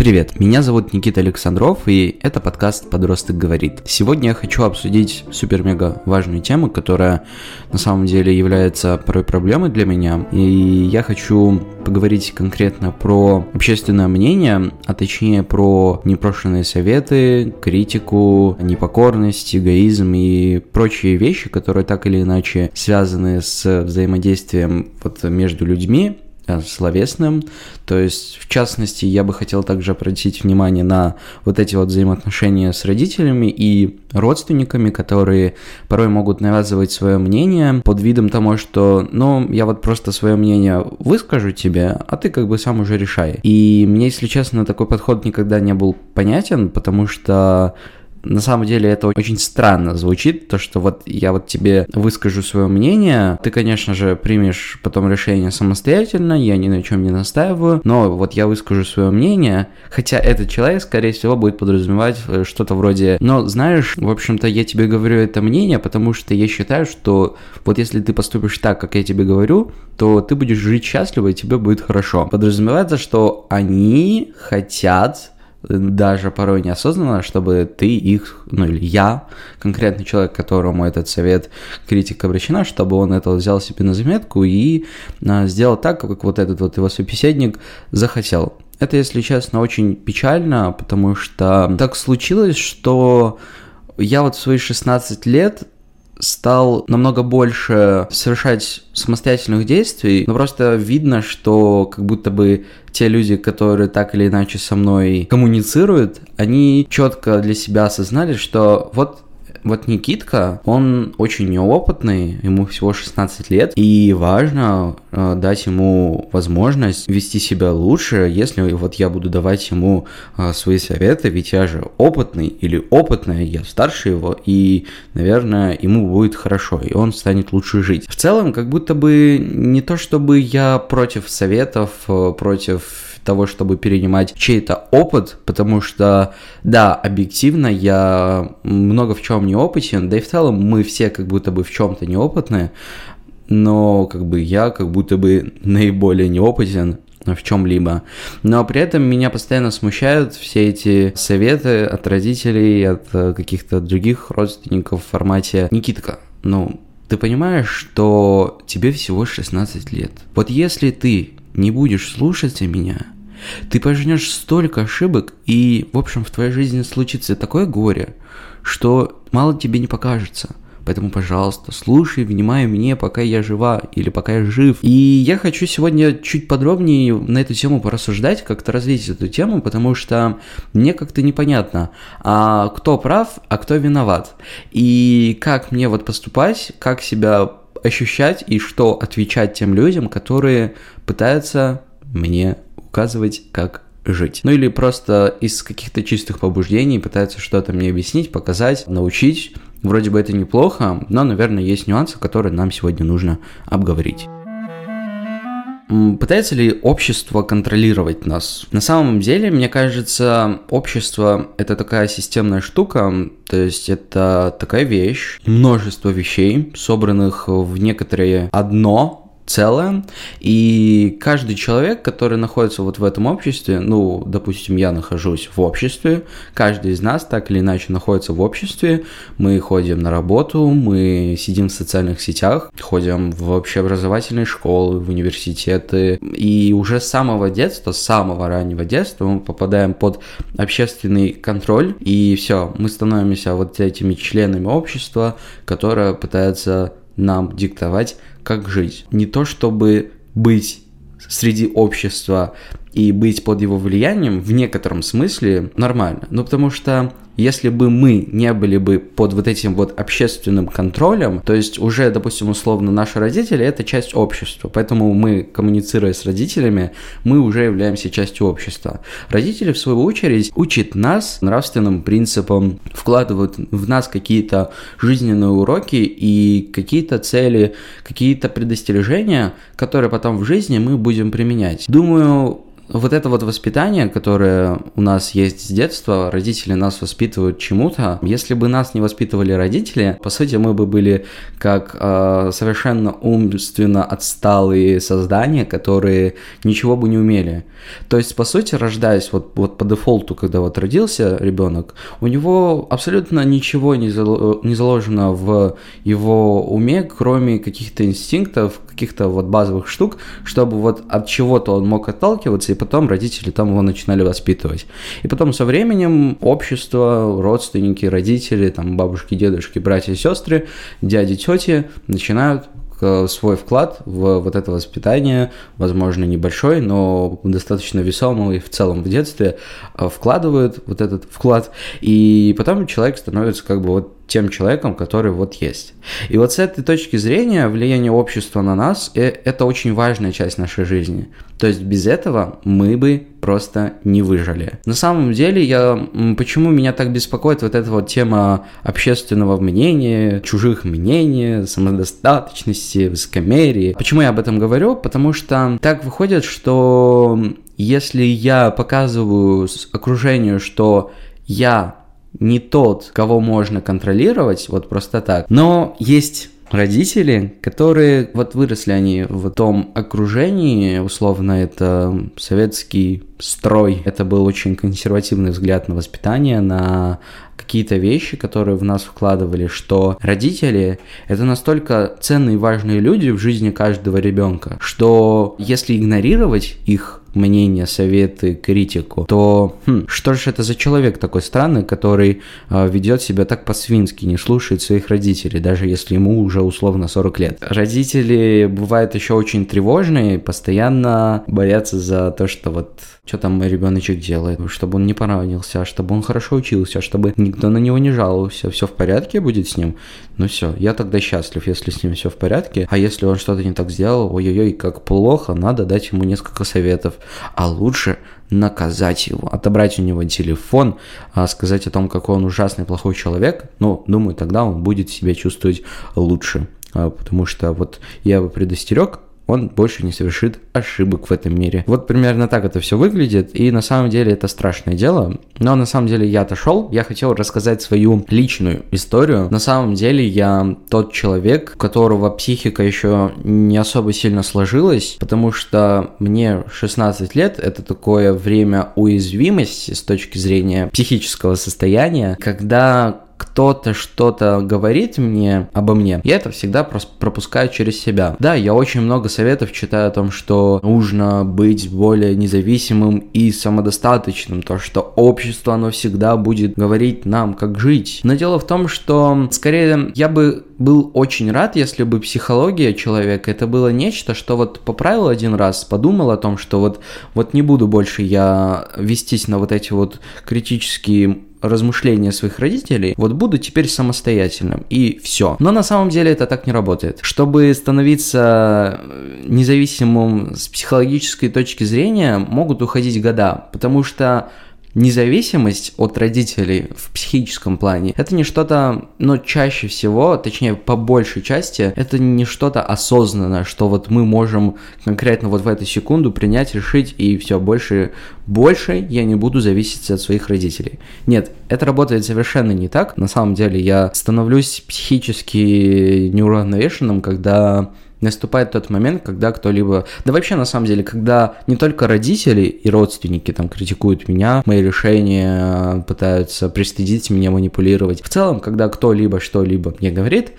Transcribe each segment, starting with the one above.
Привет, меня зовут Никита Александров, и это подкаст «Подросток говорит». Сегодня я хочу обсудить супер-мега важную тему, которая на самом деле является порой проблемой для меня, и я хочу поговорить конкретно про общественное мнение, а точнее про непрошенные советы, критику, непокорность, эгоизм и прочие вещи, которые так или иначе связаны с взаимодействием между людьми, словесным. То есть, в частности, я бы хотел также обратить внимание на эти взаимоотношения с родителями и родственниками, которые порой могут навязывать свое мнение под видом того, что, я просто свое мнение выскажу тебе, а ты сам уже решай. И мне, если честно, такой подход никогда не был понятен, потому что на самом деле это очень странно звучит, то, что я тебе выскажу свое мнение, ты, конечно же, примешь потом решение самостоятельно, я ни на чем не настаиваю, но я выскажу свое мнение, хотя этот человек, скорее всего, будет подразумевать что-то вроде, знаешь, в общем-то, я тебе говорю это мнение, потому что я считаю, что если ты поступишь так, как я тебе говорю, то ты будешь жить счастливо и тебе будет хорошо. Подразумевается, что они хотят, даже порой неосознанно, чтобы ты их, или я, конкретный человек, которому этот совет, критика обращена, чтобы он это взял себе на заметку и сделал так, как этот его собеседник захотел. Это, если честно, очень печально, потому что так случилось, что я в свои 16 лет стал намного больше совершать самостоятельных действий, но просто видно, что как будто бы те люди, которые так или иначе со мной коммуницируют, они четко для себя осознали, что Никитка, он очень неопытный, ему всего 16 лет, и важно дать ему возможность вести себя лучше, если я буду давать ему свои советы, ведь я же опытный или опытная, я старше его, и, наверное, ему будет хорошо, и он станет лучше жить. В целом, как будто бы не то, чтобы я против советов, против того, чтобы перенимать чей-то опыт, потому что, да, объективно я много в чем не опытен, да и в целом мы все как будто бы в чем-то неопытны, но я как будто бы наиболее неопытен в чем-либо. Но при этом меня постоянно смущают все эти советы от родителей, от каких-то других родственников в формате «Никитка, ты понимаешь, что тебе всего 16 лет. Если ты не будешь слушаться меня, ты пожнешь столько ошибок, и, в общем, в твоей жизни случится такое горе, что мало тебе не покажется. Поэтому, пожалуйста, слушай, внимай мне, пока я жива или пока я жив. И я хочу сегодня чуть подробнее на эту тему порассуждать, как-то развить эту тему, потому что мне как-то непонятно, кто прав, а кто виноват. И как мне поступать, как себя ощущать и что отвечать тем людям, которые пытаются мне указывать, как жить. Или просто из каких-то чистых побуждений пытаются что-то мне объяснить, показать, научить. Вроде бы это неплохо, но, наверное, есть нюансы, которые нам сегодня нужно обговорить. Пытается ли общество контролировать нас? На самом деле, мне кажется, общество – это такая системная штука, то есть это такая вещь, множество вещей, собранных в некоторые одно целое, и каждый человек, который находится в этом обществе, допустим, я нахожусь в обществе, каждый из нас так или иначе находится в обществе, мы ходим на работу, мы сидим в социальных сетях, ходим в общеобразовательные школы, в университеты, и уже с самого детства, с самого раннего детства мы попадаем под общественный контроль, и все, мы становимся этими членами общества, которое пытается нам диктовать, как жить. Не то, чтобы быть среди общества и быть под его влиянием в некотором смысле нормально. Потому что если бы мы не были бы под этим общественным контролем, то есть уже, допустим, условно, наши родители – это часть общества, поэтому мы, коммуницируя с родителями, мы уже являемся частью общества. Родители, в свою очередь, учат нас нравственным принципам, вкладывают в нас какие-то жизненные уроки и какие-то цели, какие-то предостережения, которые потом в жизни мы будем применять. Думаю, вот это вот воспитание, которое у нас есть с детства, родители нас воспитывают чему-то. Если бы нас не воспитывали родители, по сути, мы бы были как совершенно умственно отсталые создания, которые ничего бы не умели. То есть, по сути, рождаясь вот по дефолту, когда вот родился ребенок, у него абсолютно ничего не заложено в его уме, кроме каких-то инстинктов, каких-то вот базовых штук, чтобы вот от чего-то он мог отталкиваться, и потом родители там его начинали воспитывать. И потом со временем общество, родственники, родители, там бабушки, дедушки, братья и сестры, дяди, тети начинают свой вклад в вот это воспитание, возможно, небольшой, но достаточно весомый в целом в детстве, вкладывают вот этот вклад, и потом человек становится как бы вот тем человеком, который вот есть. И вот с этой точки зрения влияние общества на нас – это очень важная часть нашей жизни. То есть без этого мы бы просто не выжили. На самом деле, почему меня так беспокоит вот эта вот тема общественного мнения, чужих мнений, самодостаточности, высокомерия. Почему я об этом говорю? Потому что так выходит, что если я показываю окружению, что я не тот, кого можно контролировать, вот просто так. Но есть родители, которые, вот выросли они в том окружении, условно, это советский строй, это был очень консервативный взгляд на воспитание, на какие-то вещи, которые в нас вкладывали, что родители – это настолько ценные и важные люди в жизни каждого ребенка, что если игнорировать их мнение, советы, критику, то что же это за человек такой странный, который ведет себя так по-свински, не слушает своих родителей, даже если ему уже условно 40 лет. Родители бывают еще очень тревожные, постоянно боятся за то, что вот что там мой ребеночек делает, чтобы он не поранился, чтобы он хорошо учился, чтобы никто на него не жаловался, все в порядке будет с ним, ну все, я тогда счастлив, если с ним все в порядке, а если он что-то не так сделал, ой-ой-ой, как плохо, надо дать ему несколько советов, а лучше наказать его, отобрать у него телефон, сказать о том, какой он ужасный, плохой человек, ну, думаю, тогда он будет себя чувствовать лучше, потому что вот я его предостерег, он больше не совершит ошибок в этом мире. Вот примерно так это все выглядит, и на самом деле это страшное дело, но на самом деле я отошел, я хотел рассказать свою личную историю. На самом деле я тот человек, у которого психика еще не особо сильно сложилась, потому что мне 16 лет, это такое время уязвимости с точки зрения психического состояния, когда кто-то что-то говорит мне обо мне, я это всегда пропускаю через себя. Да, я очень много советов читаю о том, что нужно быть более независимым и самодостаточным, то, что общество, оно всегда будет говорить нам, как жить. Но дело в том, что, скорее, я бы был очень рад, если бы психология человека, это было нечто, что вот поправил один раз, подумал о том, что вот не буду больше я вестись на вот эти вот критические размышления своих родителей, вот буду теперь самостоятельным, и все. Но на самом деле это так не работает. Чтобы становиться независимым с психологической точки зрения, могут уходить года, потому что независимость от родителей в психическом плане – это не что-то, но чаще всего, точнее, по большей части, это не что-то осознанное, что вот мы можем конкретно вот в эту секунду принять, решить, и все, больше я не буду зависеть от своих родителей. Нет, это работает совершенно не так. На самом деле я становлюсь психически неуравновешенным, когда наступает тот момент, когда кто-либо... Да вообще, на самом деле, когда не только родители и родственники там критикуют меня, мои решения, пытаются пристыдить меня, манипулировать. В целом, когда кто-либо что-либо мне говорит,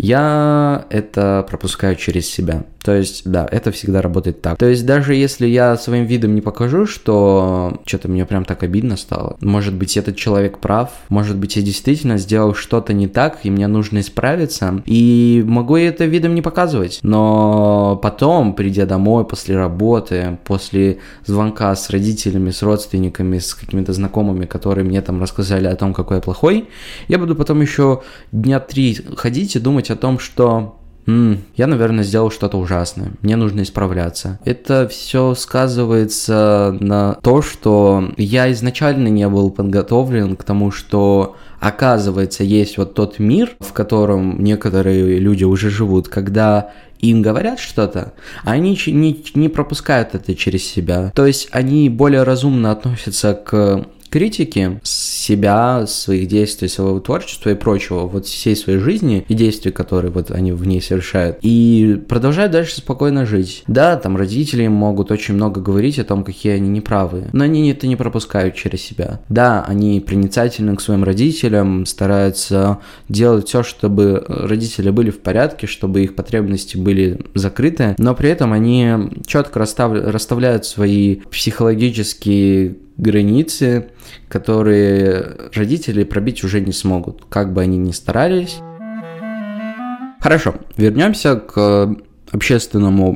я это пропускаю через себя. То есть, да, это всегда работает так. То есть, даже если я своим видом не покажу, что что-то мне прям так обидно стало, может быть, этот человек прав, может быть, я действительно сделал что-то не так, и мне нужно исправиться, и могу я это видом не показывать. Но потом, придя домой после работы, после звонка с родителями, с родственниками, с какими-то знакомыми, которые мне там рассказали о том, какой я плохой, я буду потом еще дня 3 ходить и думать о том, что я, наверное, сделал что-то ужасное, мне нужно исправляться. Это все сказывается на то, что я изначально не был подготовлен к тому, что, оказывается, есть вот тот мир, в котором некоторые люди уже живут, когда им говорят что-то, а они не пропускают это через себя. То есть они более разумно относятся к критики себя, своих действий, своего творчества и прочего, вот всей своей жизни и действий, которые вот они в ней совершают, и продолжают дальше спокойно жить. Да, там родители могут очень много говорить о том, какие они неправы, но они это не пропускают через себя. Да, они проницательны к своим родителям, стараются делать все, чтобы родители были в порядке, чтобы их потребности были закрыты, но при этом они четко расставляют свои психологические границы, которые родители пробить уже не смогут, как бы они ни старались. Хорошо, вернемся к общественному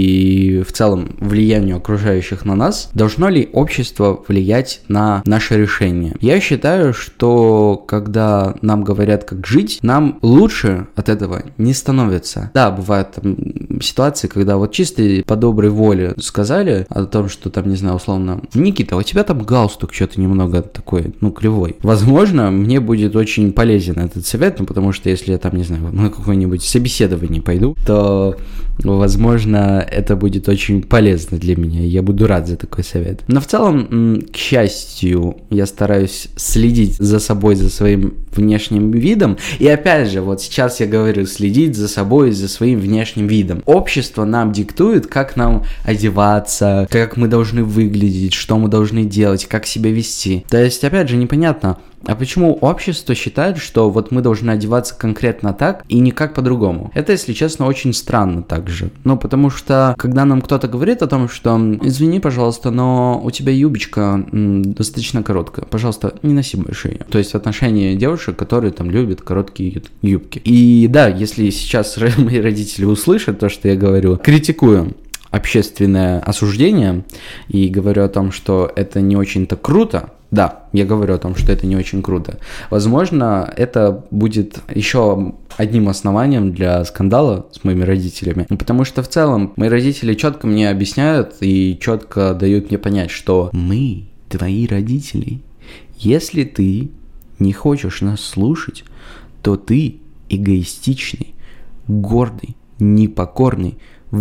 и в целом влиянию окружающих на нас. Должно ли общество влиять на наше решение? Я считаю, что когда нам говорят, как жить, нам лучше от этого не становится. Да, бывают там ситуации, когда вот чисто по доброй воле сказали о том, что там, не знаю, условно, Никита, у тебя там галстук что-то немного такой, кривой. Возможно, мне будет очень полезен этот совет, потому что если я там, не знаю, на какое-нибудь собеседование пойду, то возможно, это будет очень полезно для меня, я буду рад за такой совет. Но в целом, к счастью, я стараюсь следить за собой, за своим внешним видом. И опять же, вот сейчас я говорю, следить за собой, за своим внешним видом. Общество нам диктует, как нам одеваться, как мы должны выглядеть, что мы должны делать, как себя вести. То есть, опять же, непонятно, а почему общество считает, что вот мы должны одеваться конкретно так и никак по-другому? Это, если честно, очень странно также. Потому что, когда нам кто-то говорит о том, что извини, пожалуйста, но у тебя юбочка достаточно короткая, пожалуйста, не носи больше ее. То есть в отношении девушек, которые там любят короткие юбки. И да, если сейчас мои родители услышат то, что я говорю, критикую общественное осуждение и говорю о том, что это не очень-то круто, да, я говорю о том, что это не очень круто. Возможно, это будет еще одним основанием для скандала с моими родителями. Потому что в целом мои родители четко мне объясняют и четко дают мне понять, что мы твои родители. Если ты не хочешь нас слушать, то ты эгоистичный, гордый, непокорный,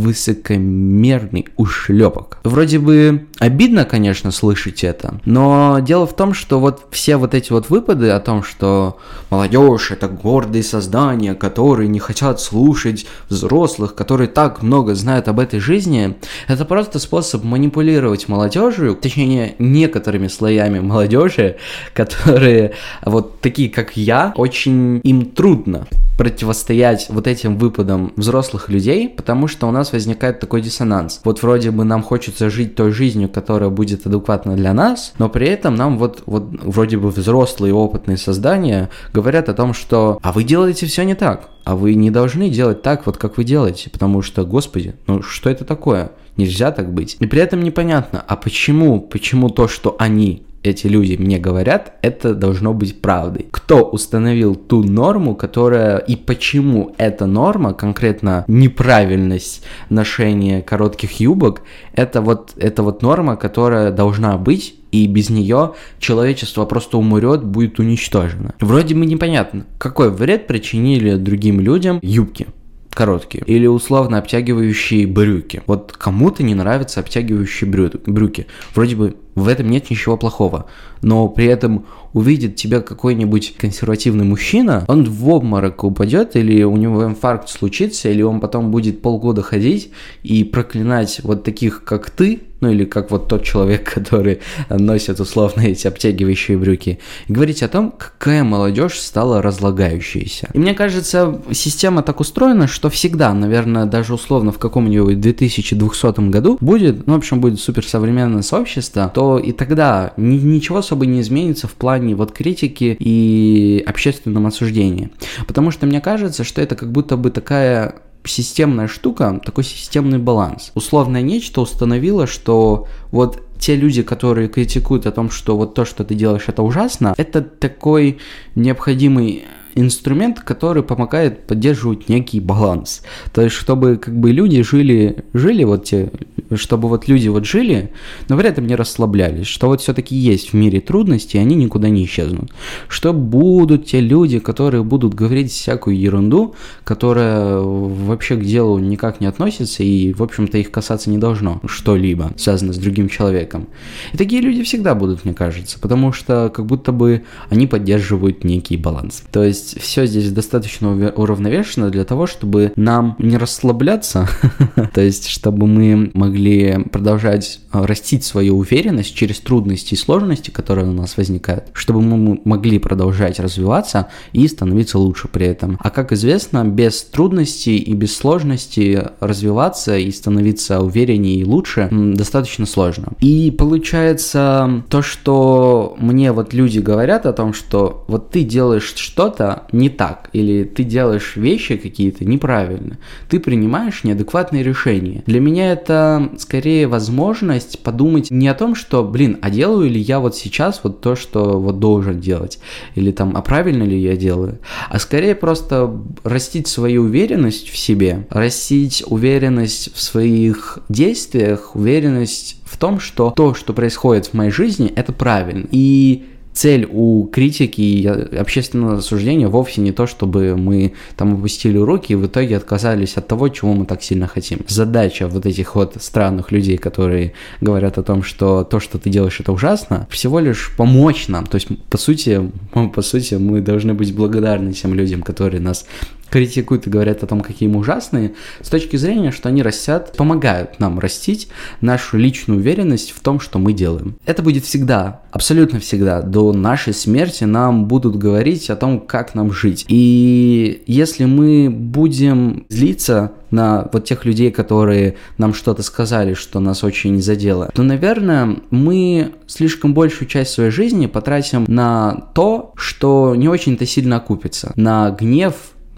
высокомерный ушлепок. Вроде бы обидно, конечно, слышать это, но дело в том, что вот все вот эти вот выпады о том, что молодежь — это гордые создания, которые не хотят слушать взрослых, которые так много знают об этой жизни, это просто способ манипулировать молодежью, точнее, некоторыми слоями молодежи, которые вот такие, как я, очень им трудно противостоять вот этим выпадам взрослых людей, потому что у нас возникает такой диссонанс. Вот вроде бы нам хочется жить той жизнью, которая будет адекватна для нас, но при этом нам вот вроде бы взрослые опытные создания говорят о том, что «а вы делаете все не так, а вы не должны делать так, вот как вы делаете, потому что, господи, что это такое? Нельзя так быть». И при этом непонятно, а почему то, что эти люди мне говорят, это должно быть правдой. Кто установил ту норму, которая и почему эта норма, конкретно неправильность ношения коротких юбок, это вот норма, которая должна быть, и без нее человечество просто умрет, будет уничтожено. Вроде бы непонятно, какой вред причинили другим людям юбки короткие или условно обтягивающие брюки. Вот кому-то не нравятся обтягивающие брюки. Вроде бы в этом нет ничего плохого, но при этом увидит тебя какой-нибудь консервативный мужчина, он в обморок упадет, или у него инфаркт случится, или он потом будет полгода ходить и проклинать вот таких, как ты, или как вот тот человек, который носит условно эти обтягивающие брюки, и говорить о том, какая молодежь стала разлагающейся. И мне кажется, система так устроена, что всегда, наверное, даже условно в каком-нибудь 2200 году будет суперсовременное сообщество, то и тогда ничего особо не изменится в плане вот критики и общественном осуждении. Потому что мне кажется, что это как будто бы такая системная штука, такой системный баланс. Условное нечто установило, что вот те люди, которые критикуют о том, что вот то, что ты делаешь, это ужасно, это такой необходимый инструмент, который помогает поддерживать некий баланс. То есть, чтобы как бы люди жили чтобы вот люди вот жили, но при этом не расслаблялись, что вот все-таки есть в мире трудности, и они никуда не исчезнут. Что будут те люди, которые будут говорить всякую ерунду, которая вообще к делу никак не относится, и, в общем-то, их касаться не должно что-либо, связано с другим человеком. И такие люди всегда будут, мне кажется, потому что как будто бы они поддерживают некий баланс. То есть все здесь достаточно уравновешено для того, чтобы нам не расслабляться, то есть чтобы мы могли продолжать растить свою уверенность через трудности и сложности, которые у нас возникают, чтобы мы могли продолжать развиваться и становиться лучше при этом. А как известно, без трудностей и без сложностей развиваться и становиться увереннее и лучше достаточно сложно. И получается то, что мне вот люди говорят о том, что вот ты делаешь что-то не так, или ты делаешь вещи какие-то неправильно, ты принимаешь неадекватные решения. Для меня это скорее возможность подумать не о том, что, а делаю ли я вот сейчас вот то, что вот должен делать, или там, а правильно ли я делаю, а скорее просто растить свою уверенность в себе, растить уверенность в своих действиях, уверенность в том, что то, что происходит в моей жизни, это правильно. И цель у критики и общественного осуждения вовсе не то, чтобы мы там опустили руки и в итоге отказались от того, чего мы так сильно хотим. Задача вот этих вот странных людей, которые говорят о том, что то, что ты делаешь, это ужасно, всего лишь помочь нам. То есть, по сути, мы должны быть благодарны тем людям, которые нас критикуют и говорят о том, какие мы ужасные, с точки зрения, что они помогают нам растить нашу личную уверенность в том, что мы делаем. Это будет всегда, абсолютно всегда, до нашей смерти нам будут говорить о том, как нам жить. И если мы будем злиться на вот тех людей, которые нам что-то сказали, что нас очень задело, то, наверное, мы слишком большую часть своей жизни потратим на то, что не очень-то сильно окупится, на гнев,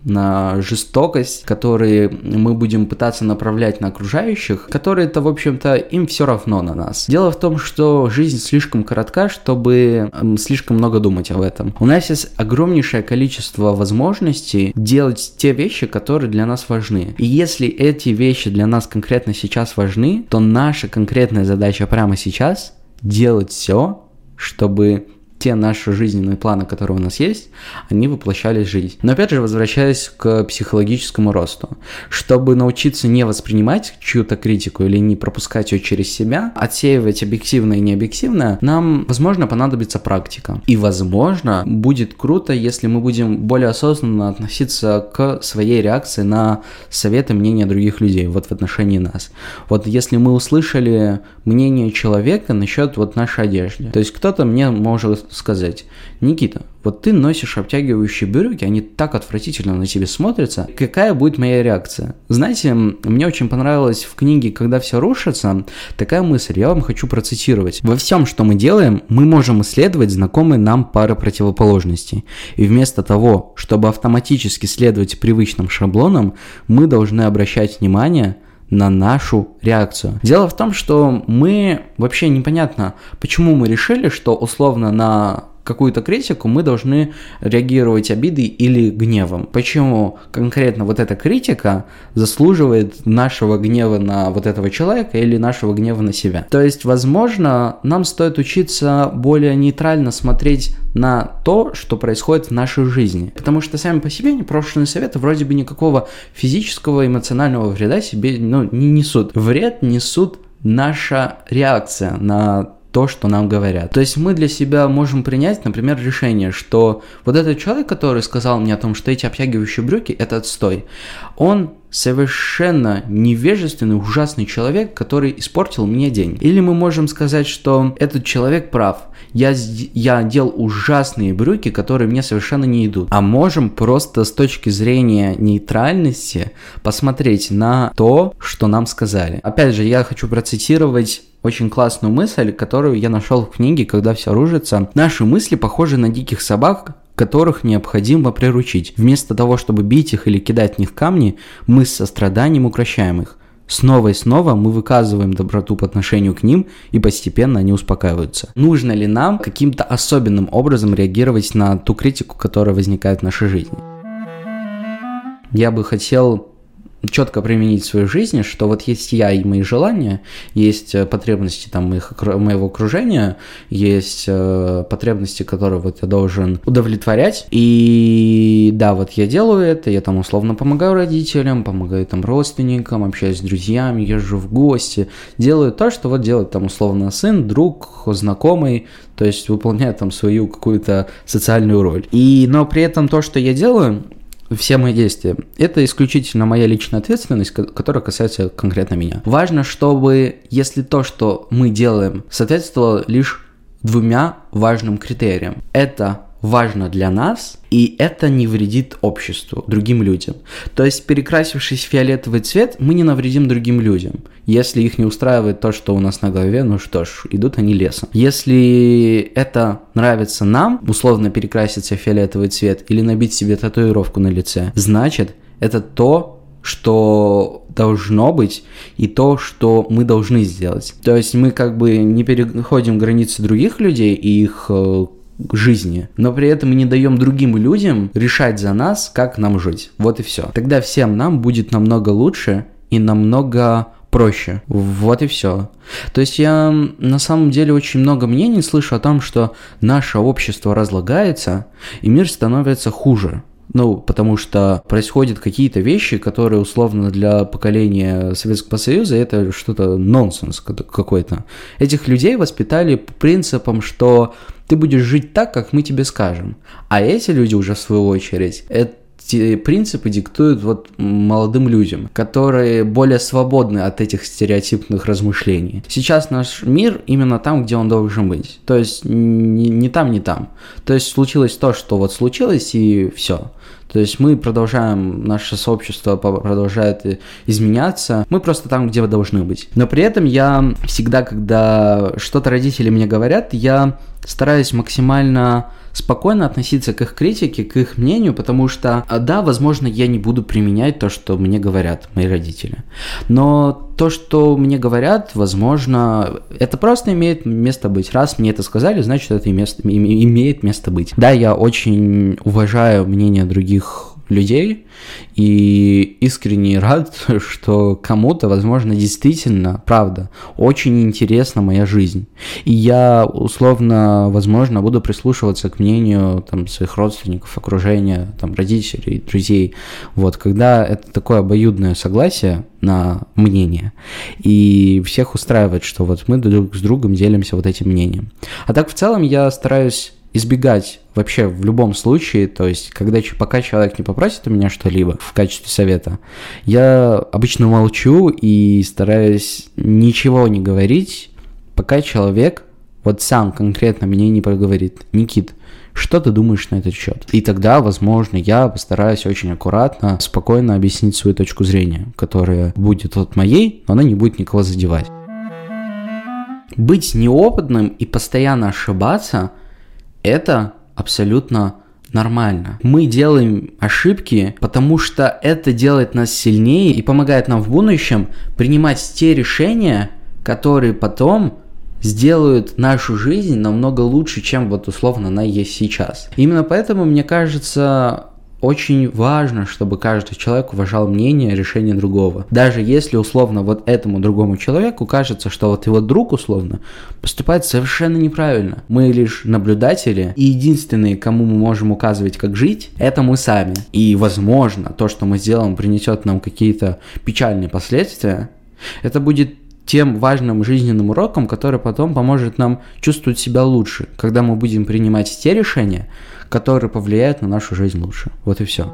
на жестокость, которые мы будем пытаться направлять на окружающих, которые-то, в общем-то, им все равно на нас. Дело в том, что жизнь слишком коротка, чтобы слишком много думать об этом. У нас есть огромнейшее количество возможностей делать те вещи, которые для нас важны. И если эти вещи для нас конкретно сейчас важны, то наша конкретная задача прямо сейчас делать все, чтобы те наши жизненные планы, которые у нас есть, они воплощались в жизнь. Но опять же, возвращаясь к психологическому росту, чтобы научиться не воспринимать чью-то критику или не пропускать ее через себя, отсеивать объективное и необъективное, нам, возможно, понадобится практика. И, возможно, будет круто, если мы будем более осознанно относиться к своей реакции на советы, мнения других людей, вот в отношении нас. Вот если мы услышали мнение человека насчет вот нашей одежды, то есть кто-то мне может сказать: Никита, вот ты носишь обтягивающие брюки, они так отвратительно на тебе смотрятся, какая будет моя реакция? Знаете, мне очень понравилось в книге «Когда все рушится» такая мысль, я вам хочу процитировать. Во всем, что мы делаем, мы можем исследовать знакомые нам пары противоположностей. И вместо того, чтобы автоматически следовать привычным шаблонам, мы должны обращать внимание на нашу реакцию. Дело в том, что мы вообще непонятно, почему мы решили, что условно на какую-то критику мы должны реагировать обидой или гневом. Почему конкретно вот эта критика заслуживает нашего гнева на вот этого человека или нашего гнева на себя. То есть, возможно, нам стоит учиться более нейтрально смотреть на то, что происходит в нашей жизни. Потому что сами по себе непрошенные советы вроде бы никакого физического, эмоционального вреда себе не несут. Вред несут наша реакция на то, что нам говорят. То есть мы для себя можем принять, например, решение, что вот этот человек, который сказал мне о том, что эти обтягивающие брюки – это отстой, он совершенно невежественный, ужасный человек, который испортил мне день. Или мы можем сказать, что этот человек прав, я делал ужасные брюки, которые мне совершенно не идут. А можем просто с точки зрения нейтральности посмотреть на то, что нам сказали. Опять же, я хочу процитировать очень классную мысль, которую я нашел в книге «Когда все рушится». Наши мысли похожи на диких собак, которых необходимо приручить. Вместо того, чтобы бить их или кидать в них камни, мы с состраданием укрощаем их. снова и снова мы выказываем доброту по отношению к ним, и постепенно они успокаиваются. Нужно ли нам каким-то особенным образом реагировать на ту критику, которая возникает в нашей жизни? Я бы хотел четко применить в своей жизни, что вот есть я и мои желания, есть потребности там моего окружения, есть потребности, которые вот я должен удовлетворять, и да, вот я делаю это, я там условно помогаю родителям, помогаю там родственникам, общаюсь с друзьями, езжу в гости, делаю то, что вот делает там условно сын, друг, знакомый, то есть выполняю там свою какую-то социальную роль. Но при этом то, что я делаю, все мои действия, это исключительно моя личная ответственность, которая касается конкретно меня. Важно, чтобы, если то, что мы делаем, соответствовало лишь двумя важным критериям. Это важно для нас, и это не вредит обществу, другим людям. То есть, перекрасившись в фиолетовый цвет, мы не навредим другим людям. Если их не устраивает то, что у нас на голове, ну что ж, идут они лесом. Если это нравится нам, условно перекраситься в фиолетовый цвет или набить себе татуировку на лице, значит, это то, что должно быть, и то, что мы должны сделать. То есть, мы как бы не переходим границы других людей и их жизни, но при этом мы не даем другим людям решать за нас, как нам жить. Вот и все. Тогда всем нам будет намного лучше и намного проще. Вот и все. То есть я на самом деле очень много мнений слышу о том, что наше общество разлагается и мир становится хуже. Ну, потому что происходят какие-то вещи, которые условно для поколения Советского Союза это что-то нонсенс какой-то. Этих людей воспитали по принципам, что ты будешь жить так, как мы тебе скажем. А эти люди уже в свою очередь, эти принципы диктуют вот молодым людям, которые более свободны от этих стереотипных размышлений. Сейчас наш мир именно там, где он должен быть. То есть не там, не там. То есть случилось то, что вот случилось, и все. То есть мы продолжаем, наше сообщество продолжает изменяться, мы просто там, где мы должны быть. Но при этом я всегда, когда что-то родители мне говорят, я стараюсь максимально спокойно относиться к их критике, к их мнению, потому что, да, возможно, я не буду применять то, что мне говорят мои родители. Но то, что мне говорят, возможно, это просто имеет место быть. Раз мне это сказали, значит, это имеет место быть. Да, я очень уважаю мнение других людей и искренне рад, что кому-то, возможно, действительно, правда, очень интересна моя жизнь. И я, условно, возможно, буду прислушиваться к мнению там, своих родственников, окружения, там, родителей, друзей. Вот, когда это такое обоюдное согласие на мнение, и всех устраивает, что вот мы друг с другом делимся вот этим мнением. А так, в целом, я стараюсь избегать вообще в любом случае, то есть пока человек не попросит у меня что-либо в качестве совета, я обычно молчу и стараюсь ничего не говорить, пока человек вот сам конкретно мне не проговорит: Никит, что ты думаешь на этот счет? И тогда, возможно, я постараюсь очень аккуратно, спокойно объяснить свою точку зрения, которая будет от моей, но она не будет никого задевать. Быть неопытным и постоянно ошибаться – это абсолютно нормально. Мы делаем ошибки, потому что это делает нас сильнее и помогает нам в будущем принимать те решения, которые потом сделают нашу жизнь намного лучше, чем вот условно она есть сейчас. Именно поэтому, мне кажется, очень важно, чтобы каждый человек уважал мнение, решение другого. Даже если условно вот этому другому человеку кажется, что вот его друг условно поступает совершенно неправильно. Мы лишь наблюдатели, и единственные, кому мы можем указывать, как жить, это мы сами. И возможно, то, что мы сделаем, принесет нам какие-то печальные последствия. Это будет тем важным жизненным уроком, который потом поможет нам чувствовать себя лучше, когда мы будем принимать те решения, которые повлияют на нашу жизнь лучше. Вот и все.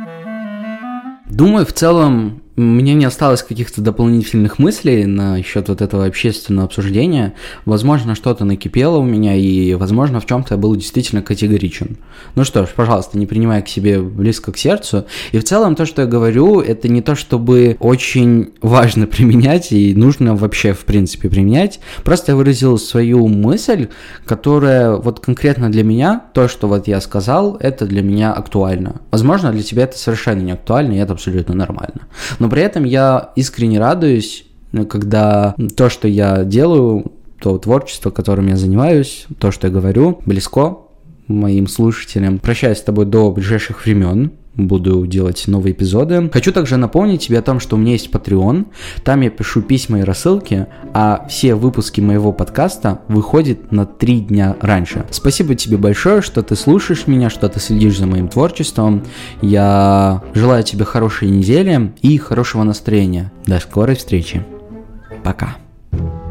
Думаю, в целом, у меня не осталось каких-то дополнительных мыслей насчет вот этого общественного обсуждения. Возможно, что-то накипело у меня, и, возможно, в чем-то я был действительно категоричен. Ну что ж, пожалуйста, не принимай к себе близко к сердцу. И в целом, то, что я говорю, это не то, чтобы очень важно применять, и нужно вообще, в принципе, применять. Просто я выразил свою мысль, которая вот конкретно для меня, то, что вот я сказал, это для меня актуально. Возможно, для тебя это совершенно не актуально, и это абсолютно нормально. Но Но при этом я искренне радуюсь, когда то, что я делаю, то творчество, которым я занимаюсь, то, что я говорю, близко моим слушателям. Прощаюсь с тобой до ближайших времен. Буду делать новые эпизоды. Хочу также напомнить тебе о том, что у меня есть Patreon. Там я пишу письма и рассылки, а все выпуски моего подкаста выходят на 3 дня раньше. Спасибо тебе большое, что ты слушаешь меня, что ты следишь за моим творчеством. Я желаю тебе хорошей недели и хорошего настроения. До скорой встречи. Пока.